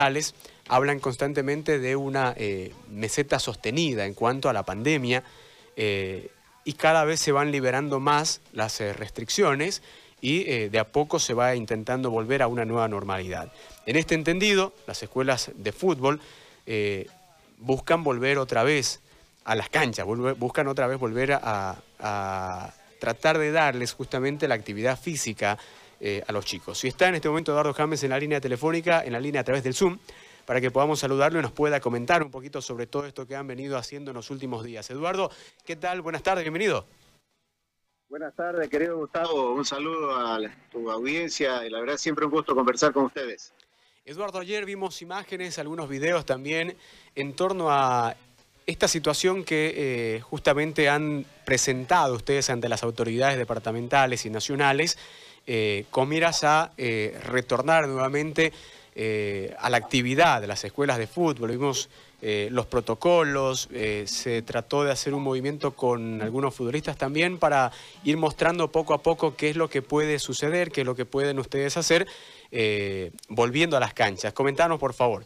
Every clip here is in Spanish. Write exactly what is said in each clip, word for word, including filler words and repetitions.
hablan constantemente de una eh, meseta sostenida en cuanto a la pandemia eh, y cada vez se van liberando más las eh, restricciones y eh, de a poco se va intentando volver a una nueva normalidad. En este entendido, las escuelas de fútbol eh, buscan volver otra vez a las canchas, buscan otra vez volver a, a tratar de darles justamente la actividad física eh, a los chicos. Y está en este momento Eduardo James en la línea telefónica, en la línea a través del Zoom, para que podamos saludarlo y nos pueda comentar un poquito sobre todo esto que han venido haciendo en los últimos días. Eduardo, ¿qué tal? Buenas tardes, bienvenido. Buenas tardes, querido Gustavo. Un saludo a tu audiencia y la verdad siempre un gusto conversar con ustedes. Eduardo, ayer vimos imágenes, algunos videos también en torno a esta situación que eh, justamente han presentado ustedes ante las autoridades departamentales y nacionales eh, con miras a eh, retornar nuevamente eh, a la actividad de las escuelas de fútbol. Vimos eh, los protocolos, eh, se trató de hacer un movimiento con algunos futbolistas también para ir mostrando poco a poco qué es lo que puede suceder, qué es lo que pueden ustedes hacer eh, volviendo a las canchas. Comentanos, por favor.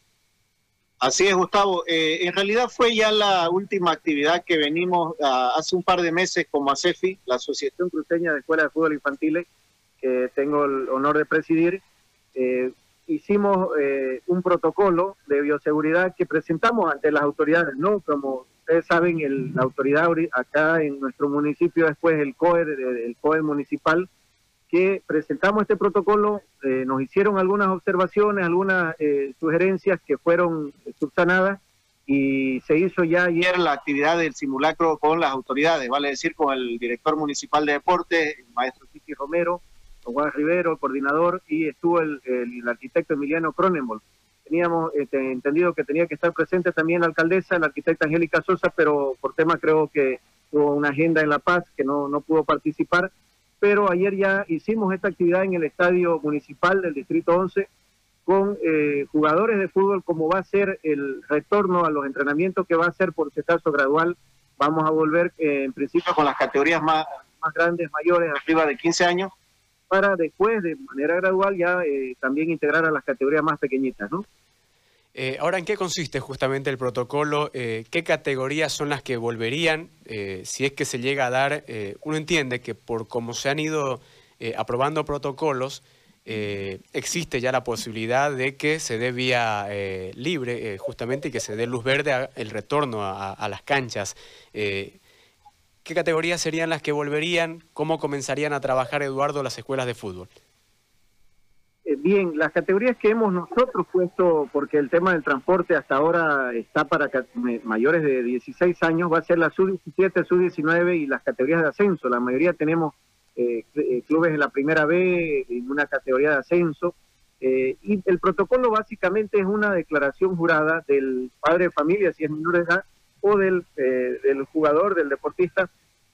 Así es, Gustavo. Eh, en realidad fue ya la última actividad que venimos uh, hace un par de meses como ASEFI, la Asociación Cruceña de Escuelas de Fútbol Infantiles, que tengo el honor de presidir. Eh, hicimos eh, un protocolo de bioseguridad que presentamos ante las autoridades, ¿no? Como ustedes saben, el, la autoridad acá en nuestro municipio, después el COE, el COE municipal, que presentamos este protocolo, eh, nos hicieron algunas observaciones, algunas eh, sugerencias que fueron subsanadas y se hizo ya ayer la actividad del simulacro con las autoridades, vale decir con el director municipal de deportes, el maestro Titi Romero, don Juan Rivero, el coordinador, y estuvo el, el, el arquitecto Emiliano Cronenbol. Teníamos eh, entendido que tenía que estar presente también la alcaldesa, la arquitecta Angélica Sosa, pero por tema creo que tuvo una agenda en La Paz que no, no pudo participar. Pero ayer ya hicimos esta actividad en el estadio municipal del Distrito once con eh, jugadores de fútbol, como va a ser el retorno a los entrenamientos que va a ser por cetazo gradual. Vamos a volver eh, en principio con las categorías más, más grandes, mayores, arriba de quince años, para después de manera gradual ya eh, también integrar a las categorías más pequeñitas, ¿no? Eh, ahora, ¿en qué consiste justamente el protocolo? Eh, ¿Qué categorías son las que volverían? Eh, si es que se llega a dar, eh, uno entiende que por cómo se han ido eh, aprobando protocolos, eh, existe ya la posibilidad de que se dé vía eh, libre, eh, justamente, y que se dé luz verde a el retorno a, a las canchas. Eh, ¿Qué categorías serían las que volverían? ¿Cómo comenzarían a trabajar, Eduardo, las escuelas de fútbol? Bien, las categorías que hemos nosotros puesto, porque el tema del transporte hasta ahora está para mayores de dieciséis años, va a ser la sub diecisiete, sub diecinueve y las categorías de ascenso. La mayoría tenemos eh, clubes en la primera B, en una categoría de ascenso. Eh, y el protocolo básicamente es una declaración jurada del padre de familia, si es menor de edad, o del, eh, del jugador, del deportista,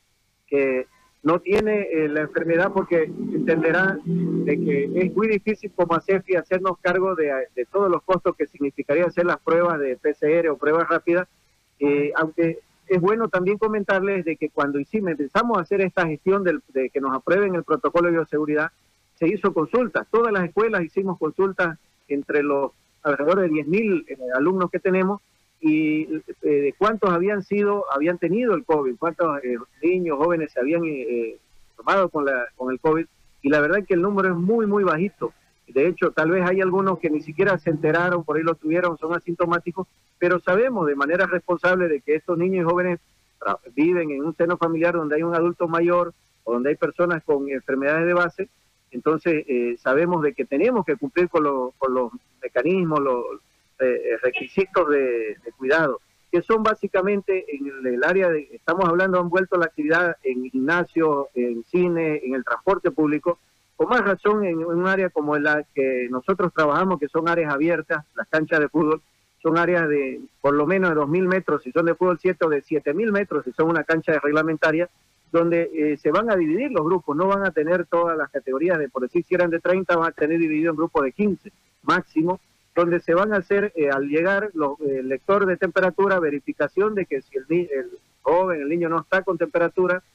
que no tiene eh, la enfermedad, porque entenderá de que es muy difícil como ASEFI hacernos cargo de, de todos los costos que significaría hacer las pruebas de P C R o pruebas rápidas, eh, aunque es bueno también comentarles de que cuando hicimos, empezamos a hacer esta gestión del, de que nos aprueben el protocolo de bioseguridad, se hizo consultas, todas las escuelas hicimos consultas entre los alrededor de diez mil eh, alumnos que tenemos, y eh, de cuántos habían sido, habían tenido el COVID, cuántos eh, niños, jóvenes se habían eh, tomado con, la, con el COVID, y la verdad es que el número es muy, muy bajito. De hecho, tal vez hay algunos que ni siquiera se enteraron, por ahí lo tuvieron, son asintomáticos, pero sabemos de manera responsable de que estos niños y jóvenes viven en un seno familiar donde hay un adulto mayor o donde hay personas con enfermedades de base. Entonces, eh, sabemos de que tenemos que cumplir con, lo, con los mecanismos, los Eh, requisitos de, de cuidado, que son básicamente en el, el área de, estamos hablando, han vuelto la actividad en gimnasio, en cine, en el transporte público, con más razón en un área como la que nosotros trabajamos, que son áreas abiertas, las canchas de fútbol, son áreas de por lo menos de dos mil metros, si son de fútbol siete, o de siete mil metros, si son una cancha reglamentaria, donde eh, se van a dividir los grupos, no van a tener todas las categorías, de por decir si eran de treinta, van a tener dividido en grupos de quince máximo, donde se van a hacer, eh, al llegar, los eh, lector de temperatura, verificación de que si el, el joven, el niño no está con temperatura,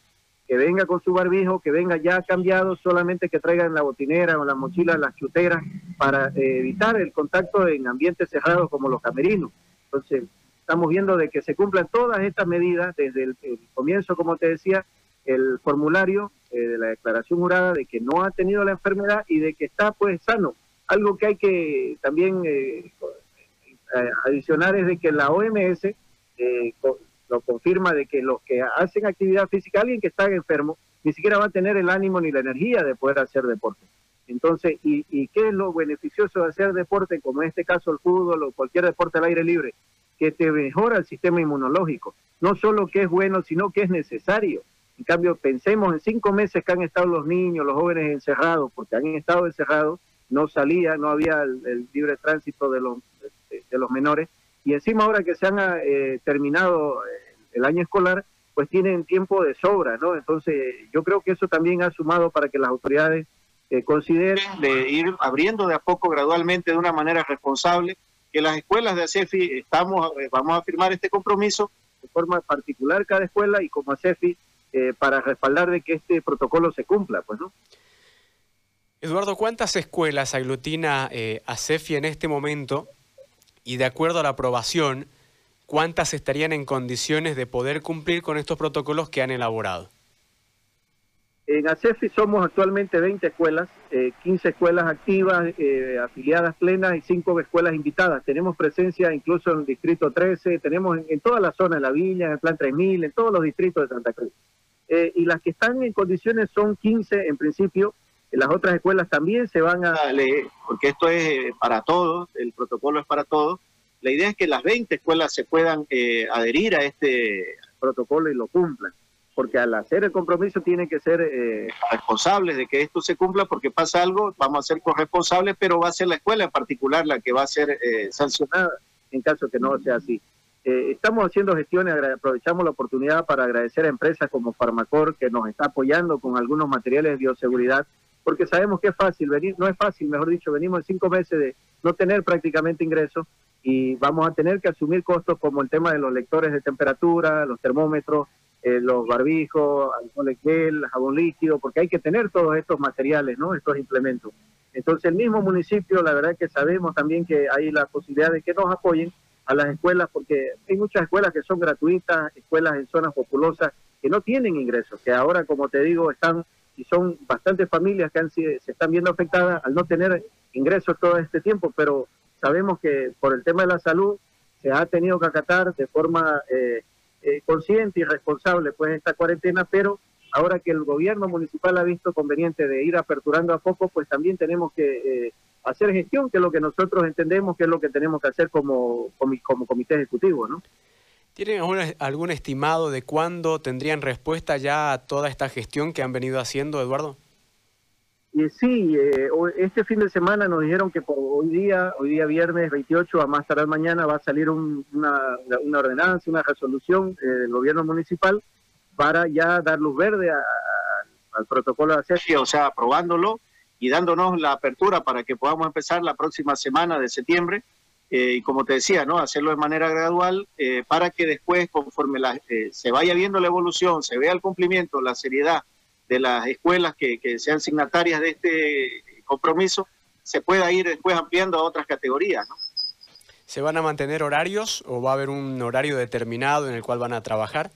que venga con su barbijo, que venga ya cambiado, solamente que traigan la botinera o la mochila, las chuteras, para eh, evitar el contacto en ambientes cerrados como los camerinos. Entonces, estamos viendo de que se cumplan todas estas medidas desde el, el comienzo, como te decía, el formulario eh, de la declaración jurada de que no ha tenido la enfermedad y de que está pues sano. Algo que hay que también eh, adicionar es de que la O M S eh, lo confirma de que los que hacen actividad física, alguien que está enfermo, ni siquiera va a tener el ánimo ni la energía de poder hacer deporte. Entonces, ¿y, y qué es lo beneficioso de hacer deporte, como en este caso el fútbol o cualquier deporte al aire libre? Que te mejora el sistema inmunológico. No solo que es bueno, sino que es necesario. En cambio, pensemos en cinco meses que han estado los niños, los jóvenes encerrados, porque han estado encerrados, no salía, no había el, el libre tránsito de los, de, de los menores, y encima ahora que se han eh, terminado el año escolar, pues tienen tiempo de sobra, ¿no? Entonces, yo creo que eso también ha sumado para que las autoridades eh, consideren de ir abriendo de a poco, gradualmente, de una manera responsable, que las escuelas de ASEFI, estamos, eh, vamos a firmar este compromiso de forma particular cada escuela y como ASEFI, eh, para respaldar de que este protocolo se cumpla, pues, ¿no? Eduardo, ¿cuántas escuelas aglutina eh, ASEFI en este momento? Y de acuerdo a la aprobación, ¿cuántas estarían en condiciones de poder cumplir con estos protocolos que han elaborado? En ASEFI somos actualmente veinte escuelas, eh, quince escuelas activas, eh, afiliadas plenas y cinco escuelas invitadas. Tenemos presencia incluso en el distrito trece, tenemos en, en toda la zona de La Viña, en el plan tres mil, en todos los distritos de Santa Cruz. Eh, y las que están en condiciones son quince en principio. Las otras escuelas también se van a leer, porque esto es para todos, el protocolo es para todos. La idea es que las veinte escuelas se puedan eh, adherir a este protocolo y lo cumplan, porque al hacer el compromiso tienen que ser eh, responsables de que esto se cumpla, porque pasa algo, vamos a ser corresponsables, pero va a ser la escuela en particular la que va a ser eh, sancionada en caso que no sea así. Eh, estamos haciendo gestiones, aprovechamos la oportunidad para agradecer a empresas como Farmacor, que nos está apoyando con algunos materiales de bioseguridad, porque sabemos que es fácil venir, no es fácil, mejor dicho, venimos en cinco meses de no tener prácticamente ingresos y vamos a tener que asumir costos como el tema de los lectores de temperatura, los termómetros, eh, los barbijos, alcohol en gel, jabón líquido, porque hay que tener todos estos materiales, ¿no? Estos implementos. Entonces el mismo municipio, la verdad es que sabemos también que hay la posibilidad de que nos apoyen a las escuelas, porque hay muchas escuelas que son gratuitas, escuelas en zonas populosas que no tienen ingresos, que ahora, como te digo, están y son bastantes familias que han, se están viendo afectadas al no tener ingresos todo este tiempo, pero sabemos que por el tema de la salud se ha tenido que acatar de forma eh, eh, consciente y responsable pues esta cuarentena, pero ahora que el gobierno municipal ha visto conveniente de ir aperturando a poco, pues también tenemos que eh, hacer gestión, que es lo que nosotros entendemos que es lo que tenemos que hacer como, como, como comité ejecutivo, ¿no? ¿Tienen algún, algún estimado de cuándo tendrían respuesta ya a toda esta gestión que han venido haciendo, Eduardo? Y sí, eh, este fin de semana nos dijeron que por hoy día, hoy día viernes veintiocho, a más tardar mañana, va a salir un, una, una ordenanza, una resolución eh, del gobierno municipal para ya dar luz verde a, a, al protocolo de ASEFI, o sea, aprobándolo y dándonos la apertura para que podamos empezar la próxima semana de septiembre. Eh, y como te decía, ¿no? Hacerlo de manera gradual eh, para que después, conforme la, eh, se vaya viendo la evolución, se vea el cumplimiento, la seriedad de las escuelas que, que sean signatarias de este compromiso, se pueda ir después ampliando a otras categorías, ¿no? ¿Se van a mantener horarios o va a haber un horario determinado en el cual van a trabajar?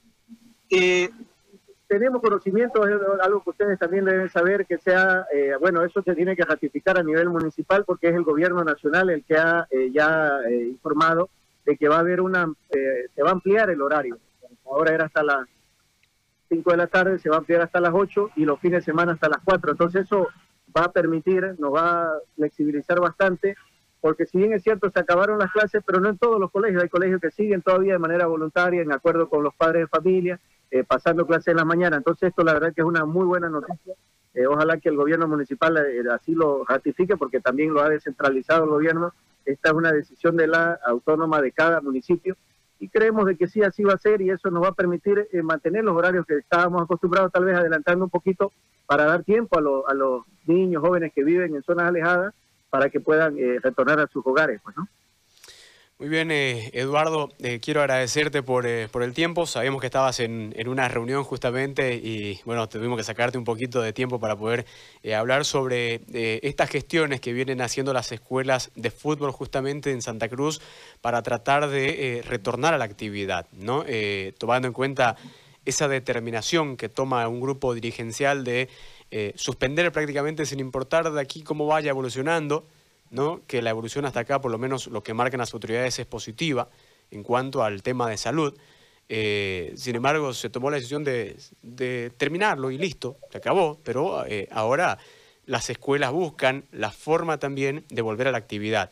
Eh, tenemos conocimiento, es algo que ustedes también deben saber, que sea, eh, bueno, eso se tiene que ratificar a nivel municipal porque es el gobierno nacional el que ha eh, ya eh, informado de que va a haber una, eh, se va a ampliar el horario. Ahora era hasta las cinco de la tarde, se va a ampliar hasta las ocho y los fines de semana hasta las cuatro. Entonces eso va a permitir, nos va a flexibilizar bastante, porque si bien es cierto, se acabaron las clases, pero no en todos los colegios, hay colegios que siguen todavía de manera voluntaria, en acuerdo con los padres de familia, Eh, pasando clases en la mañana. Entonces esto la verdad que es una muy buena noticia. Eh, ojalá que el gobierno municipal eh, así lo ratifique, porque también lo ha descentralizado el gobierno. Esta es una decisión de la autónoma de cada municipio y creemos de que sí, así va a ser, y eso nos va a permitir eh, mantener los horarios que estábamos acostumbrados, tal vez adelantando un poquito para dar tiempo a, lo, a los niños, jóvenes que viven en zonas alejadas para que puedan eh, retornar a sus hogares, pues, ¿no? Muy bien, eh, Eduardo, eh, quiero agradecerte por, eh, por el tiempo. Sabíamos que estabas en, en una reunión justamente y bueno, tuvimos que sacarte un poquito de tiempo para poder eh, hablar sobre eh, estas gestiones que vienen haciendo las escuelas de fútbol justamente en Santa Cruz para tratar de eh, retornar a la actividad, ¿no? Eh, tomando en cuenta esa determinación que toma un grupo dirigencial de eh, suspender prácticamente sin importar de aquí cómo vaya evolucionando, ¿no? Que la evolución hasta acá, por lo menos lo que marcan las autoridades, es positiva en cuanto al tema de salud. Eh, sin embargo, se tomó la decisión de, de terminarlo y listo, se acabó, pero eh, ahora las escuelas buscan la forma también de volver a la actividad.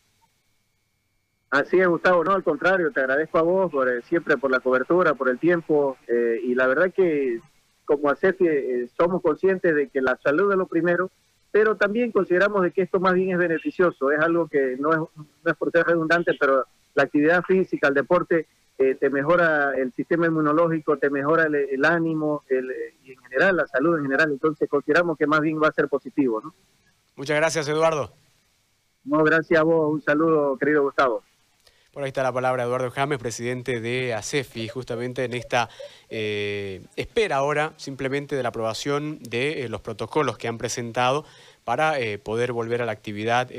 Así es, Gustavo, no, al contrario, te agradezco a vos por, eh, siempre por la cobertura, por el tiempo, eh, y la verdad que como ACEFI eh, somos conscientes de que la salud es lo primero, pero también consideramos de que esto más bien es beneficioso, es algo que no es, no es por ser redundante, pero la actividad física, el deporte, eh, te mejora el sistema inmunológico, te mejora el, el ánimo, el, y en general, la salud en general, entonces consideramos que más bien va a ser positivo, ¿no? Muchas gracias, Eduardo. No, gracias a vos, un saludo, querido Gustavo. Por ahí está la palabra Eduardo James, presidente de ACEFI, justamente en esta eh, espera ahora simplemente de la aprobación de eh, los protocolos que han presentado para eh, poder volver a la actividad.